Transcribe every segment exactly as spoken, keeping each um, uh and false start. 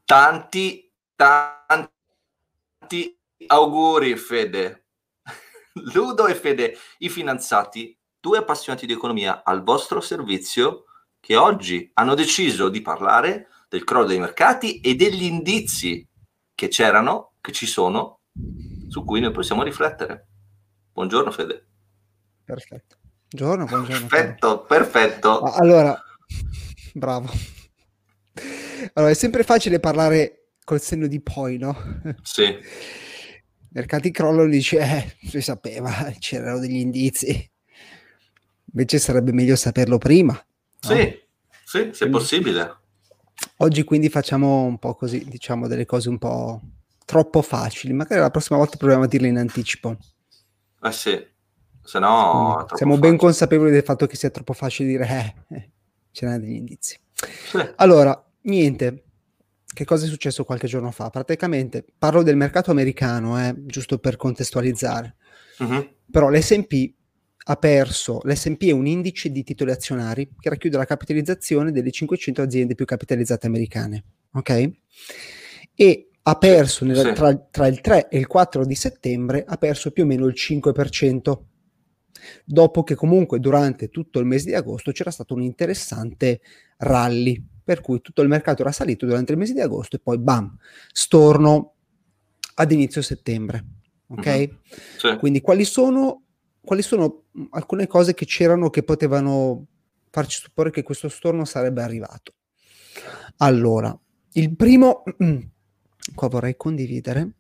Tanti, tanti auguri Fede. Ludo e Fede, i finanziati, due appassionati di economia al vostro servizio, che oggi hanno deciso di parlare del crollo dei mercati e degli indizi che c'erano, che ci sono, su cui noi possiamo riflettere. Buongiorno Fede. Perfetto. Buongiorno, buongiorno. Perfetto, perfetto. Allora, bravo. Allora, è sempre facile parlare col senno di poi, no? Sì. Mercati crollano, dice, eh, si sapeva, c'erano degli indizi. Invece sarebbe meglio saperlo prima. No? Sì, sì, se quindi, possibile. Oggi quindi facciamo un po' così, diciamo, delle cose un po' troppo facili. Magari la prossima volta proviamo a dirle in anticipo. Eh sì, se no Quindi, siamo ben facile. consapevoli del fatto che sia troppo facile dire eh, eh c'erano degli indizi. Sì. Allora, niente. Che cosa è successo qualche giorno fa? Praticamente parlo del mercato americano, eh, giusto per contestualizzare. Mm-hmm. Però l'S and P ha perso, l'S and P è un indice di titoli azionari che racchiude la capitalizzazione delle cinquecento aziende più capitalizzate americane, ok? E ha perso, nella, sì. tra, tra il tre e il quattro di settembre, ha perso più o meno il cinque per cento, dopo che comunque durante tutto il mese di agosto c'era stato un interessante rally, per cui tutto il mercato era salito durante il mese di agosto e poi bam, storno ad inizio settembre, ok? Mm-hmm. Sì. Quindi quali sono, quali sono alcune cose che c'erano che potevano farci supporre che questo storno sarebbe arrivato? Allora, il primo, qua vorrei condividere.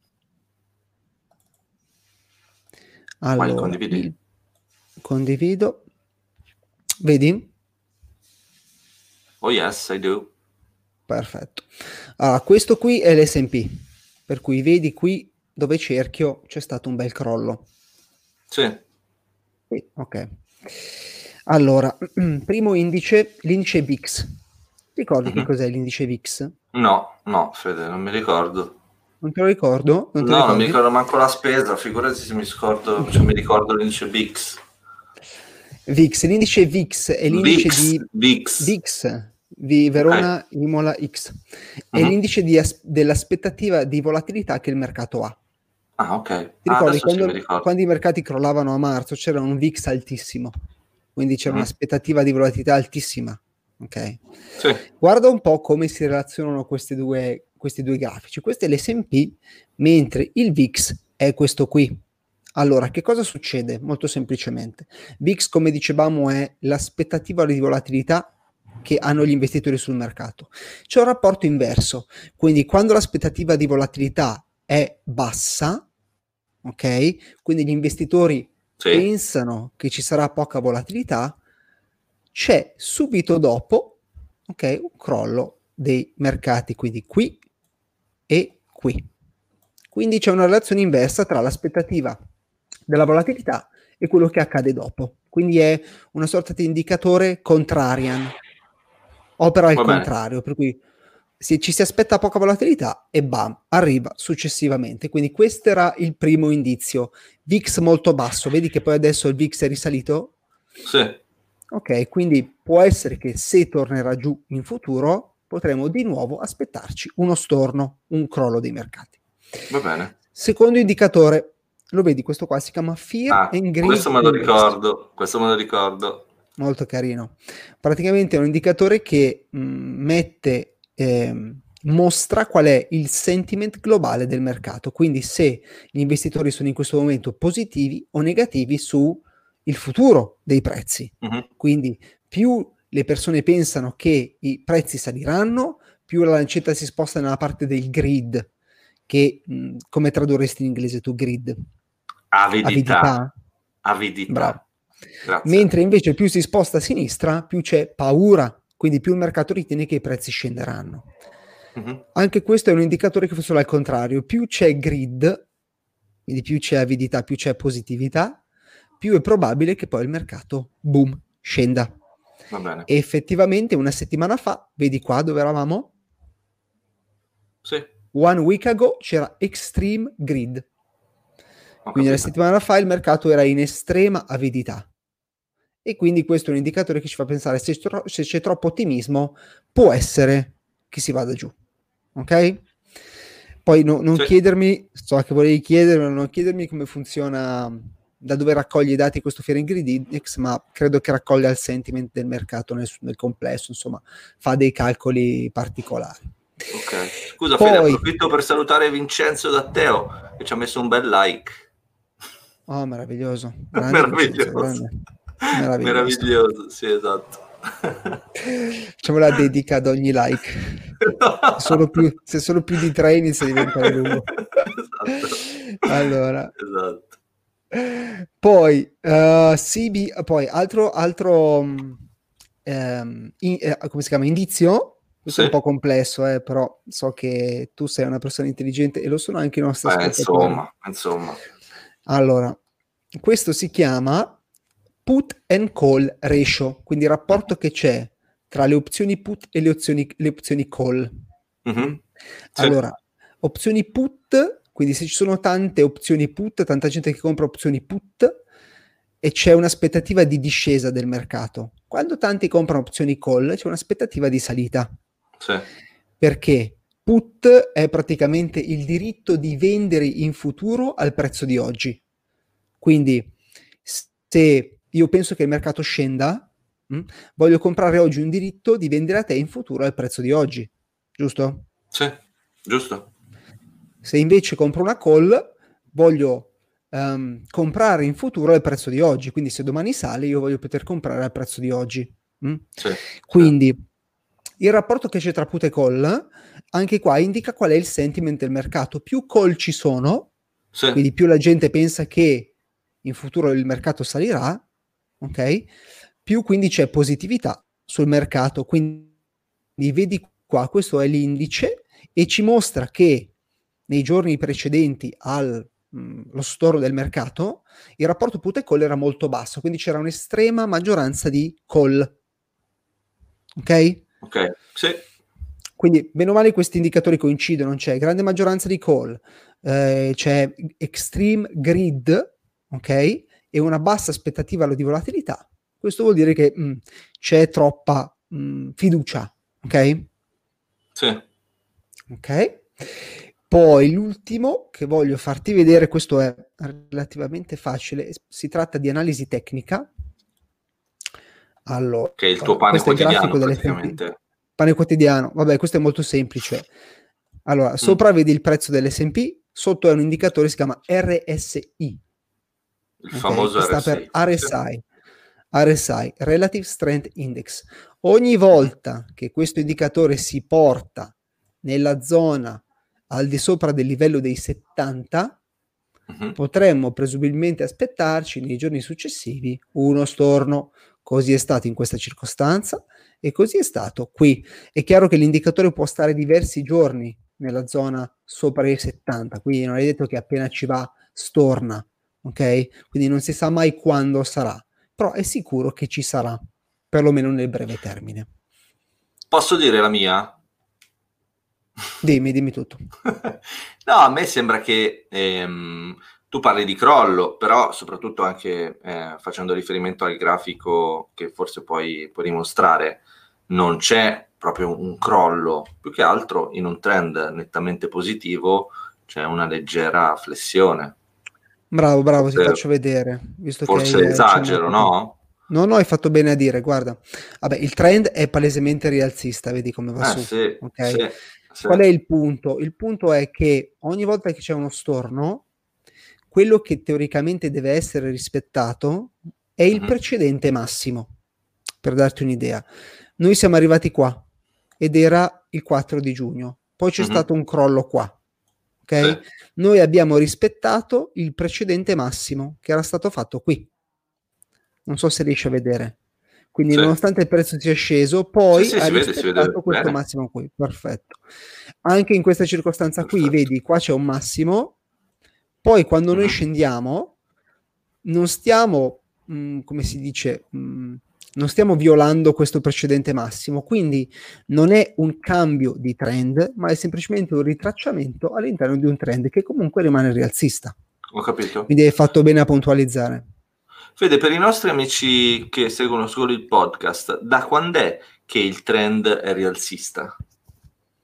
Allora, condividi. il, condivido. Vedi? Oh yes, I do. Perfetto. Allora, questo qui è l'S and P, per cui vedi qui dove cerchio c'è stato un bel crollo. Sì. Ok. Allora, primo indice, l'indice V I X. Ricordi mm-hmm. che cos'è l'indice V I X? No, no, Fede, non mi ricordo. Non te lo ricordo? Non te no, non mi ricordo manco la spesa, figurati se mi scordo, se mi ricordo l'indice V I X. V I X, l'indice V I X è l'indice V I X, di V I X. V I X di Verona okay. Imola X. È mm-hmm. l'indice di as- dell'aspettativa di volatilità che il mercato ha. Ah, ok. Ti ricordi ah, quando, sì, mi ricordo. quando i mercati crollavano a marzo c'era un V I X altissimo, quindi c'era mm-hmm. un'aspettativa di volatilità altissima. Ok. Sì. Guarda un po' come si relazionano questi due, questi due grafici. Questo è l'S and P, mentre il V I X è questo qui. Allora, che cosa succede? Molto semplicemente. V I X, come dicevamo, è l'aspettativa di volatilità che hanno gli investitori sul mercato. C'è un rapporto inverso, quindi quando l'aspettativa di volatilità è bassa, ok? Quindi gli investitori sì. pensano che ci sarà poca volatilità, c'è subito dopo, ok, un crollo dei mercati, quindi qui e qui. Quindi c'è una relazione inversa tra l'aspettativa della volatilità e quello che accade dopo. Quindi è una sorta di indicatore contrarian. Opera al contrario, per cui se ci si aspetta poca volatilità e bam, arriva successivamente. Quindi questo era il primo indizio. V I X molto basso, vedi che poi adesso il V I X è risalito? Sì. Ok, quindi può essere che se tornerà giù in futuro potremo di nuovo aspettarci uno storno, un crollo dei mercati. Va bene. Secondo indicatore, lo vedi, questo qua si chiama Fear ah, and Greed. Questo me lo Index. ricordo, questo me lo ricordo. Molto carino. Praticamente è un indicatore che mh, mette, eh, mostra qual è il sentiment globale del mercato, quindi se gli investitori sono in questo momento positivi o negativi su il futuro dei prezzi. Uh-huh. Quindi più le persone pensano che i prezzi saliranno, più la lancetta si sposta nella parte del greed, che mh, come tradurresti in inglese tu greed? Avidità. Avidità. Avidità. Bravo. Grazie. Mentre invece più si sposta a sinistra, più c'è paura, quindi più il mercato ritiene che i prezzi scenderanno. Uh-huh. Anche questo è un indicatore che funziona al contrario, più c'è greed, quindi più c'è avidità, più c'è positività, più è probabile che poi il mercato, boom, scenda. Va bene. E effettivamente una settimana fa, vedi qua dove eravamo? Sì. One week ago c'era extreme greed. Ho quindi capito. una settimana fa il mercato era in estrema avidità. E quindi questo è un indicatore che ci fa pensare se, tro- se c'è troppo ottimismo può essere che si vada giù. ok? Poi no, non Sì. chiedermi, so che volevi chiedermi, non chiedermi come funziona, da dove raccoglie i dati questo Fear and Greed Index, ma credo che raccoglia il sentiment del mercato nel, nel complesso, insomma, fa dei calcoli particolari. Ok, scusa Poi, Fede, approfitto per salutare Vincenzo da Teo che ci ha messo un bel like. Oh, maraviglioso, grande Meraviglioso. Vincenzo, grande. Meraviglioso. Meraviglioso, sì, esatto. Facciamo la dedica ad ogni like. Se sono più, se sono più di tre inizia a diventare lungo. Esatto. Allora. Esatto. Poi, uh, C B, poi altro, altro um, in, eh, come si chiama? Indizio? Questo Sì. è un po' complesso, eh, però so che tu sei una persona intelligente e lo sono anche i nostri Beh, ascoltatori. insomma, insomma. Allora, questo si chiama put and call ratio, quindi il rapporto Mm-hmm. che c'è tra le opzioni put e le opzioni, le opzioni call. Mm-hmm. Mm? Sì. Allora, opzioni put, quindi se ci sono tante opzioni put, tanta gente che compra opzioni put e c'è un'aspettativa di discesa del mercato. Quando tanti comprano opzioni call c'è un'aspettativa di salita. Sì. Perché put è praticamente il diritto di vendere in futuro al prezzo di oggi. Quindi se io penso che il mercato scenda, mh, voglio comprare oggi un diritto di vendere a te in futuro al prezzo di oggi, giusto? Sì, giusto. Se invece compro una call, voglio um, comprare in futuro al prezzo di oggi, quindi se domani sale io voglio poter comprare al prezzo di oggi. Mh? Sì, Quindi sì. Il rapporto che c'è tra put e call, anche qua indica qual è il sentiment del mercato. Più call ci sono, sì. Quindi più la gente pensa che in futuro il mercato salirà, ok? Più quindi c'è positività sul mercato. Quindi vedi qua, questo è l'indice e ci mostra che nei giorni precedenti allo storo del mercato il rapporto put e call era molto basso, quindi c'era un'estrema maggioranza di call. Ok? Ok, sì. Quindi bene o male questi indicatori coincidono, c'è grande maggioranza di call, eh, c'è extreme greed, ok? E una bassa aspettativa di volatilità. Questo vuol dire che mh, c'è troppa mh, fiducia, ok? Sì. Ok. Poi l'ultimo che voglio farti vedere, questo è relativamente facile, si tratta di analisi tecnica. Allora, che è il tuo pane questo è il quotidiano grafico praticamente. Pane quotidiano, vabbè, questo è molto semplice. Allora, sopra mm. vedi il prezzo dell'esse and pi, sotto è un indicatore, si chiama erre esse i. Il okay? famoso sta erre esse i. Per R S I. R S I, Relative Strength Index. Ogni volta che questo indicatore si porta nella zona al di sopra del livello dei settanta, uh-huh. potremmo presumibilmente aspettarci nei giorni successivi uno storno. Così è stato in questa circostanza e così è stato qui. È chiaro che l'indicatore può stare diversi giorni nella zona sopra i settanta, quindi non è detto che appena ci va storna, ok? Quindi non si sa mai quando sarà, però è sicuro che ci sarà, perlomeno nel breve termine. Posso dire la mia? Dimmi, dimmi tutto. No, a me sembra che ehm, tu parli di crollo, però soprattutto anche eh, facendo riferimento al grafico che forse puoi, puoi dimostrare, non c'è proprio un crollo, più che altro in un trend nettamente positivo c'è una leggera flessione. Bravo, bravo, forse, ti faccio vedere. Visto forse che hai esagero, no? No, no, hai fatto bene a dire, guarda. Vabbè, il trend è palesemente rialzista, vedi come va eh, su. Sì, okay? sì, sì. Qual è il punto? Il punto è che ogni volta che c'è uno storno, quello che teoricamente deve essere rispettato è il mm-hmm. precedente massimo. Per darti un'idea. Noi siamo arrivati qua ed era il quattro di giugno. Poi c'è mm-hmm. stato un crollo qua. Ok? Sì. Noi abbiamo rispettato il precedente massimo che era stato fatto qui. Non so se riesci a vedere. Quindi sì. nonostante il prezzo sia sceso, poi sì, sì, ha si rispettato vede, si vede questo bene. massimo qui. Perfetto. Anche in questa circostanza Perfetto. Qui, vedi, qua c'è un massimo. Poi quando mm-hmm. noi scendiamo, non stiamo, mh, come si dice, mh, non stiamo violando questo precedente massimo. Quindi non è un cambio di trend, ma è semplicemente un ritracciamento all'interno di un trend che comunque rimane rialzista. Ho capito. Quindi hai fatto bene a puntualizzare. Fede, per i nostri amici che seguono solo il podcast, da quando è che il trend è rialzista?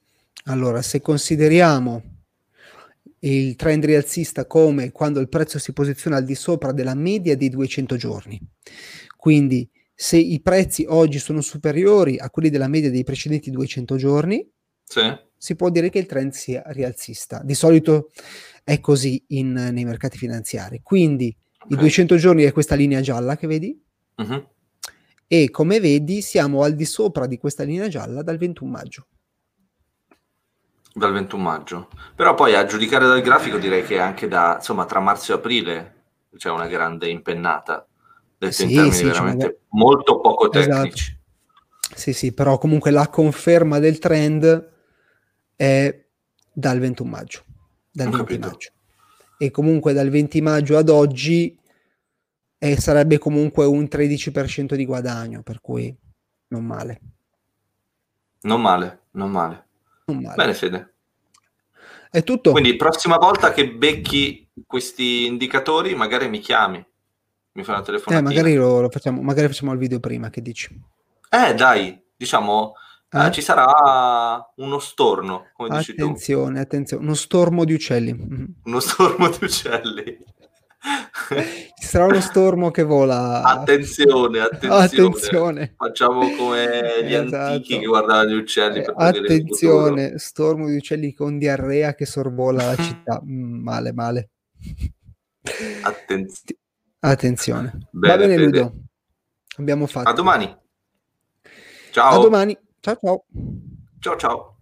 Allora, se consideriamo il trend rialzista come quando il prezzo si posiziona al di sopra della media dei duecento giorni, quindi se i prezzi oggi sono superiori a quelli della media dei precedenti duecento giorni, sì, si può dire che il trend sia rialzista. Di solito è così in, nei mercati finanziari. Quindi okay. I duecento giorni è questa linea gialla che vedi, uh-huh. e come vedi siamo al di sopra di questa linea gialla dal ventuno maggio. Dal ventuno maggio. Però poi a giudicare dal grafico direi che anche da, insomma, tra marzo e aprile c'è una grande impennata, detto Sì, in termini sì, veramente una... molto poco esatto. tecnici. Sì, sì, però comunque la conferma del trend è dal ventuno maggio. Dal Ho venti capito. maggio. E comunque dal venti maggio ad oggi eh, sarebbe comunque un tredici per cento di guadagno, per cui non male. Non male, non male. Non male. Bene, Fede. È tutto. Quindi prossima volta che becchi questi indicatori magari mi chiami, mi fai una telefonatina. Eh, magari lo, lo facciamo, magari facciamo il video prima, che dici? Eh, dai, diciamo, Eh? eh, ci sarà uno storno, come dici tu. Attenzione, attenzione, uno stormo di uccelli. Mm. Uno stormo di uccelli. Ci sarà uno stormo che vola. Attenzione, attenzione. Attenzione. Facciamo come gli Esatto. antichi che guardavano gli uccelli Eh, per predire il futuro. attenzione, stormo di uccelli con diarrea che sorvola la città. Mm, male, male. Attenzione. Attenzione. Bene, Va bene, Fede. Ludo. Abbiamo fatto. A domani. Ciao. A domani. Ciao ciao. Ciao ciao.